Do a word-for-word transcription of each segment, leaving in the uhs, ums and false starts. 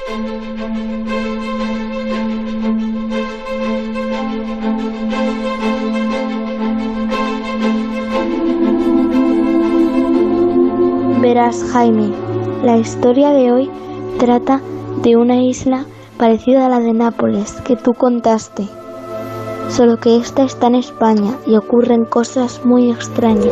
Verás, Jaime, la historia de hoy trata de una isla parecida a la de Nápoles que tú contaste, solo que esta está en España y ocurren cosas muy extrañas.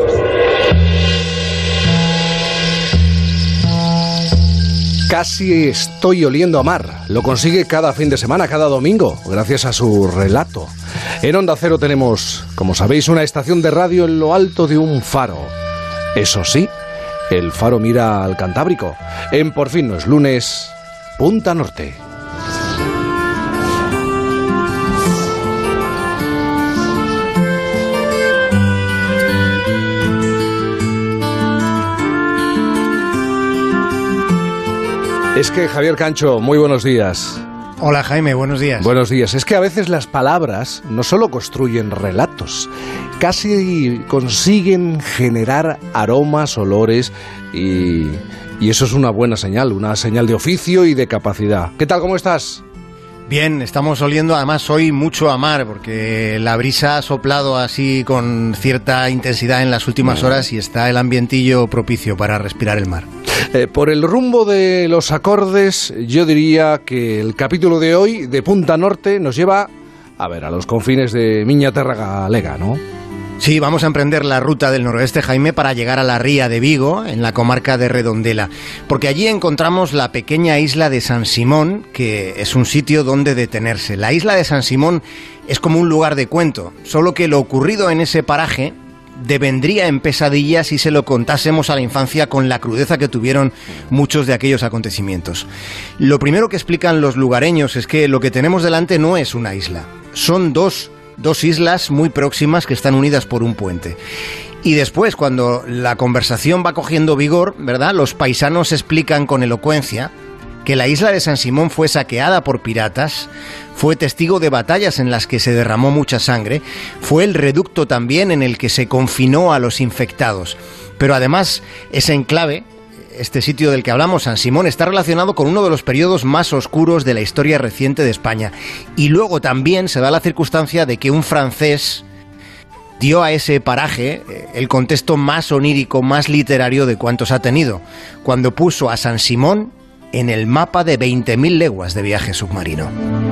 Casi estoy oliendo a mar. Lo consigue cada fin de semana, cada domingo, gracias a su relato. En Onda Cero tenemos, como sabéis, una estación de radio en lo alto de un faro. Eso sí, el faro mira al Cantábrico. En Por fin no es lunes, Punta Norte. Es que, Javier Cancho, muy buenos días. Hola, Jaime, buenos días. Buenos días. Es que a veces las palabras no solo construyen relatos, casi consiguen generar aromas, olores y, y eso es una buena señal, una señal de oficio y de capacidad. ¿Qué tal, cómo estás? Bien, estamos oliendo además hoy mucho a mar porque la brisa ha soplado así con cierta intensidad en las últimas horas y está el ambientillo propicio para respirar el mar. Eh, por el rumbo de los acordes, yo diría que el capítulo de hoy de Punta Norte nos lleva, a ver, a los confines de Miña Terra Galega, ¿no? Sí, vamos a emprender la ruta del noroeste, Jaime, para llegar a la ría de Vigo, en la comarca de Redondela, porque allí encontramos la pequeña isla de San Simón, que es un sitio donde detenerse. La isla de San Simón es como un lugar de cuento, solo que lo ocurrido en ese paraje devendría en pesadilla si se lo contásemos a la infancia con la crudeza que tuvieron muchos de aquellos acontecimientos. Lo primero que explican los lugareños es que lo que tenemos delante no es una isla, son dos Dos islas muy próximas que están unidas por un puente. Y después, cuando la conversación va cogiendo vigor, ¿verdad?, los paisanos explican con elocuencia que la isla de San Simón fue saqueada por piratas, fue testigo de batallas en las que se derramó mucha sangre, fue el reducto también en el que se confinó a los infectados. Pero además, ese enclave, este sitio del que hablamos, San Simón, está relacionado con uno de los periodos más oscuros de la historia reciente de España. Y luego también se da la circunstancia de que un francés dio a ese paraje el contexto más onírico, más literario de cuantos ha tenido, cuando puso a San Simón en el mapa de veinte mil leguas de viaje submarino.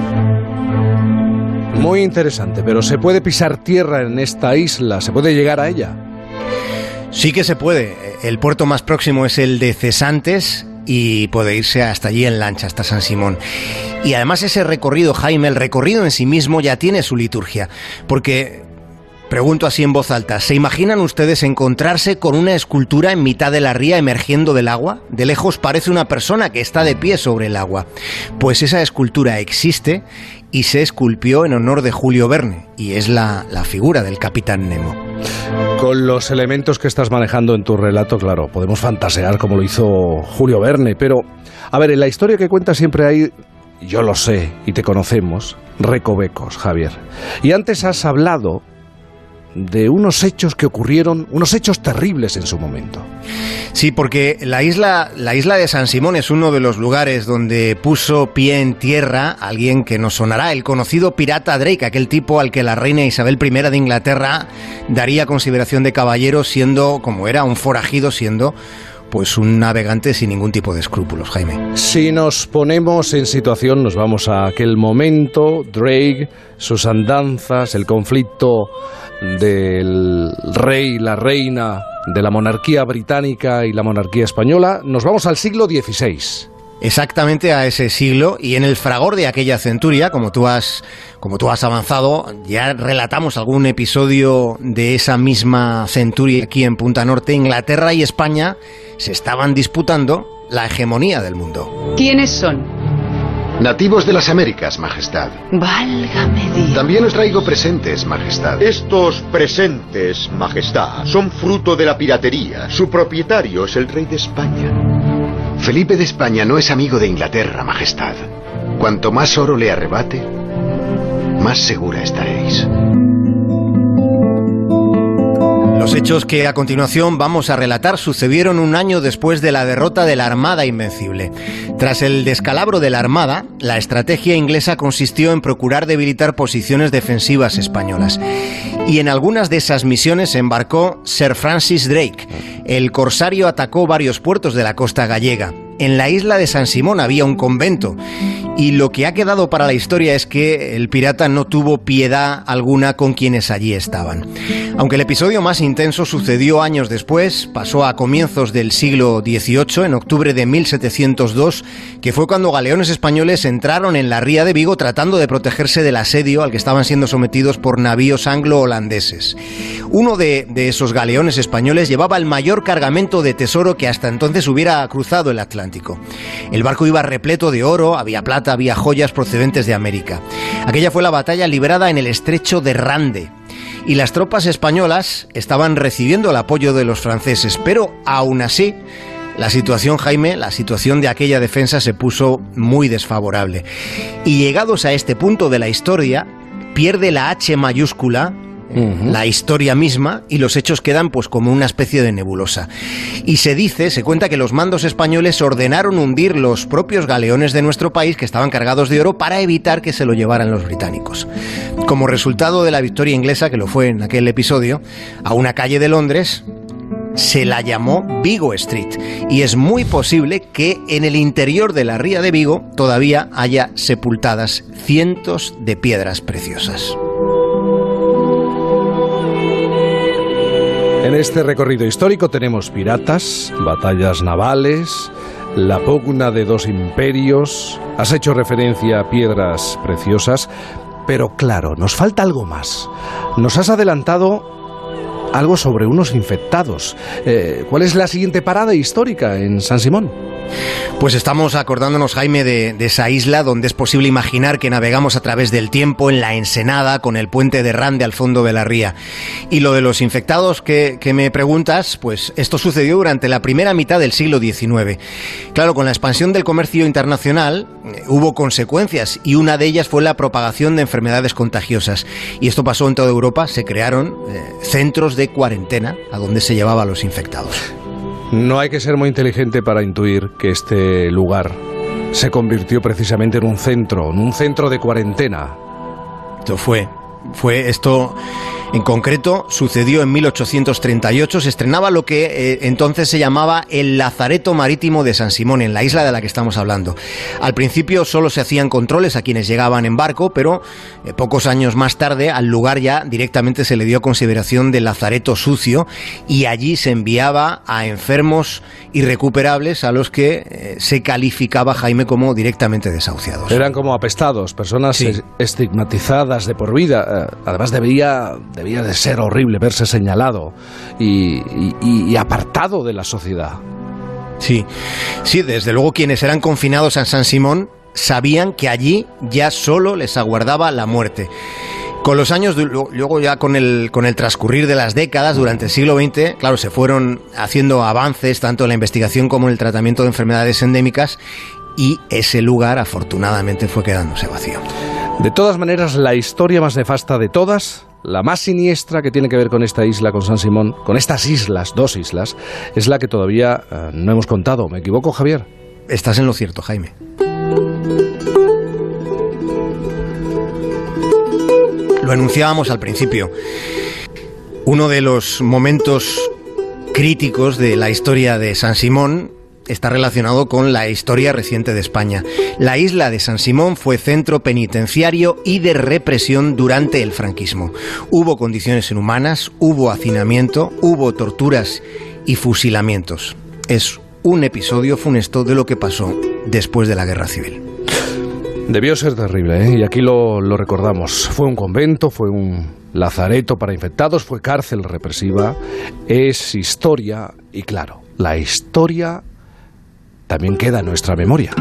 Muy interesante, pero ¿se puede pisar tierra en esta isla? ¿Se puede llegar a ella? Sí que se puede. El puerto más próximo es el de Cesantes y puede irse hasta allí en lancha, hasta San Simón. Y además ese recorrido, Jaime, el recorrido en sí mismo ya tiene su liturgia. Porque, pregunto así en voz alta, ¿se imaginan ustedes encontrarse con una escultura en mitad de la ría emergiendo del agua? De lejos parece una persona que está de pie sobre el agua. Pues esa escultura existe y se esculpió en honor de Julio Verne, y es la, la figura del Capitán Nemo. Con los elementos que estás manejando en tu relato, claro, podemos fantasear como lo hizo Julio Verne, pero, a ver, en la historia que cuentas siempre hay, yo lo sé, y te conocemos, recovecos, Javier. Y antes has hablado de unos hechos que ocurrieron, unos hechos terribles en su momento. Sí, porque la isla, la isla de San Simón es uno de los lugares donde puso pie en tierra alguien que nos sonará, el conocido pirata Drake, aquel tipo al que la reina Isabel primera de Inglaterra daría consideración de caballero, siendo, como era, un forajido, siendo pues un navegante sin ningún tipo de escrúpulos, Jaime. Si nos ponemos en situación, nos vamos a aquel momento, Drake, sus andanzas, el conflicto del rey, la reina, de la monarquía británica y la monarquía española, nos vamos al siglo dieciséis. Exactamente a ese siglo, y en el fragor de aquella centuria, como tú has, como tú has avanzado, ya relatamos algún episodio de esa misma centuria aquí en Punta Norte. Inglaterra y España se estaban disputando la hegemonía del mundo. ¿Quiénes son? Nativos de las Américas, Majestad. Válgame Dios. También os traigo presentes, Majestad. Estos presentes, Majestad, son fruto de la piratería. Su propietario es el rey de España. Felipe de España no es amigo de Inglaterra, Majestad. Cuanto más oro le arrebate, más segura estaréis. Los hechos que a continuación vamos a relatar sucedieron un año después de la derrota de la Armada Invencible. Tras el descalabro de la Armada, la estrategia inglesa consistió en procurar debilitar posiciones defensivas españolas. Y en algunas de esas misiones embarcó Sir Francis Drake. El corsario atacó varios puertos de la costa gallega. En la isla de San Simón había un convento, y lo que ha quedado para la historia es que el pirata no tuvo piedad alguna con quienes allí estaban. Aunque el episodio más intenso sucedió años después, pasó a comienzos del siglo dieciocho, en octubre de mil setecientos dos, que fue cuando galeones españoles entraron en la ría de Vigo tratando de protegerse del asedio al que estaban siendo sometidos por navíos anglo-holandeses. Uno de, de esos galeones españoles llevaba el mayor cargamento de tesoro que hasta entonces hubiera cruzado el Atlántico. El barco iba repleto de oro, había plata, había joyas procedentes de América. Aquella fue la batalla librada en el estrecho de Rande. Y las tropas españolas estaban recibiendo el apoyo de los franceses, pero aún así, la situación, Jaime, la situación de aquella defensa se puso muy desfavorable. Y llegados a este punto de la historia, pierde la H mayúscula, Uh-huh. la historia misma, y los hechos quedan pues como una especie de nebulosa. Y se dice, se cuenta que los mandos españoles ordenaron hundir los propios galeones de nuestro país que estaban cargados de oro para evitar que se lo llevaran los británicos. Como resultado de la victoria inglesa, que lo fue en aquel episodio, a una calle de Londres se la llamó Vigo Street, y es muy posible que en el interior de la ría de Vigo todavía haya sepultadas cientos de piedras preciosas. En este recorrido histórico tenemos piratas, batallas navales, la pugna de dos imperios, has hecho referencia a piedras preciosas, pero claro, nos falta algo más. Nos has adelantado algo sobre unos infectados. Eh, ¿Cuál es la siguiente parada histórica en San Simón? Pues estamos acordándonos, Jaime, de, de esa isla donde es posible imaginar que navegamos a través del tiempo en la ensenada con el puente de Rande al fondo de la ría. Y lo de los infectados que, que me preguntas, pues esto sucedió durante la primera mitad del siglo diecinueve. Claro, con la expansión del comercio internacional eh, hubo consecuencias, y una de ellas fue la propagación de enfermedades contagiosas. Y esto pasó en toda Europa, se crearon eh, centros de cuarentena a donde se llevaba a los infectados. No hay que ser muy inteligente para intuir que este lugar se convirtió precisamente en un centro, en un centro de cuarentena. Esto fue, fue esto en concreto sucedió en mil ochocientos treinta y ocho, se estrenaba lo que eh, entonces se llamaba el Lazareto Marítimo de San Simón, en la isla de la que estamos hablando. Al principio solo se hacían controles a quienes llegaban en barco, pero eh, pocos años más tarde al lugar ya directamente se le dio consideración de lazareto sucio, y allí se enviaba a enfermos irrecuperables a los que eh, se calificaba, Jaime, como directamente desahuciados. Eran como apestados, personas sí. estigmatizadas de por vida. Además debía... Debía de ser horrible verse señalado y, y, y apartado de la sociedad. Sí, sí, desde luego quienes eran confinados en San Simón sabían que allí ya solo les aguardaba la muerte. Con los años, luego ya con el, con el transcurrir de las décadas, durante el siglo veinte, claro, se fueron haciendo avances tanto en la investigación como en el tratamiento de enfermedades endémicas, y ese lugar afortunadamente fue quedándose vacío. De todas maneras, la historia más nefasta de todas, la más siniestra que tiene que ver con esta isla, con San Simón, con estas islas, dos islas, es la que todavía eh, no hemos contado. ¿Me equivoco, Javier? Estás en lo cierto, Jaime. Lo anunciábamos al principio. Uno de los momentos críticos de la historia de San Simón está relacionado con la historia reciente de España. La isla de San Simón fue centro penitenciario y de represión durante el franquismo. Hubo condiciones inhumanas, hubo hacinamiento, hubo torturas y fusilamientos. Es un episodio funesto de lo que pasó después de la Guerra Civil. Debió ser terrible, ¿eh? Y aquí lo, lo recordamos. Fue un convento, fue un lazareto para infectados, fue cárcel represiva, es historia y, claro, la historia también queda en nuestra memoria.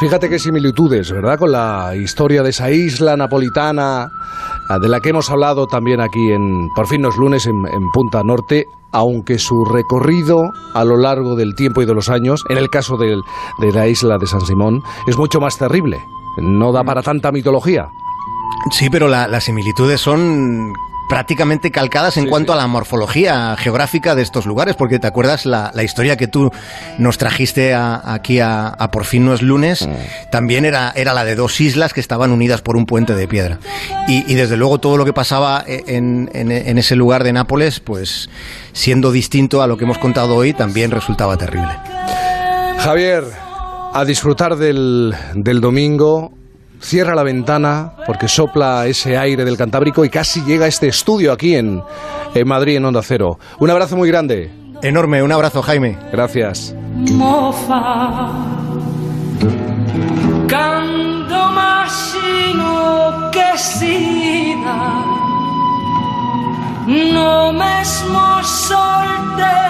fíjate qué similitudes, ¿verdad? Con la historia de esa isla napolitana, de la que hemos hablado también aquí en Por fin no es lunes, en, en Punta Norte, aunque su recorrido a lo largo del tiempo y de los años, en el caso del, de la isla de San Simón, es mucho más terrible. No da para tanta mitología. Sí, pero la, las similitudes son prácticamente calcadas en sí, cuanto sí. a la morfología geográfica de estos lugares, porque te acuerdas la, la historia que tú nos trajiste a, aquí a, a Por fin no es lunes, mm. también era, era la de dos islas que estaban unidas por un puente de piedra. Y, y desde luego todo lo que pasaba en, en, en ese lugar de Nápoles, pues siendo distinto a lo que hemos contado hoy, también resultaba terrible. Javier, a disfrutar del, del domingo. Cierra la ventana porque sopla ese aire del Cantábrico y casi llega a este estudio aquí en, en Madrid, en Onda Cero. Un abrazo muy grande. Enorme, un abrazo, Jaime. Gracias. Mofa, cando imagino que sida, no mesmo sol de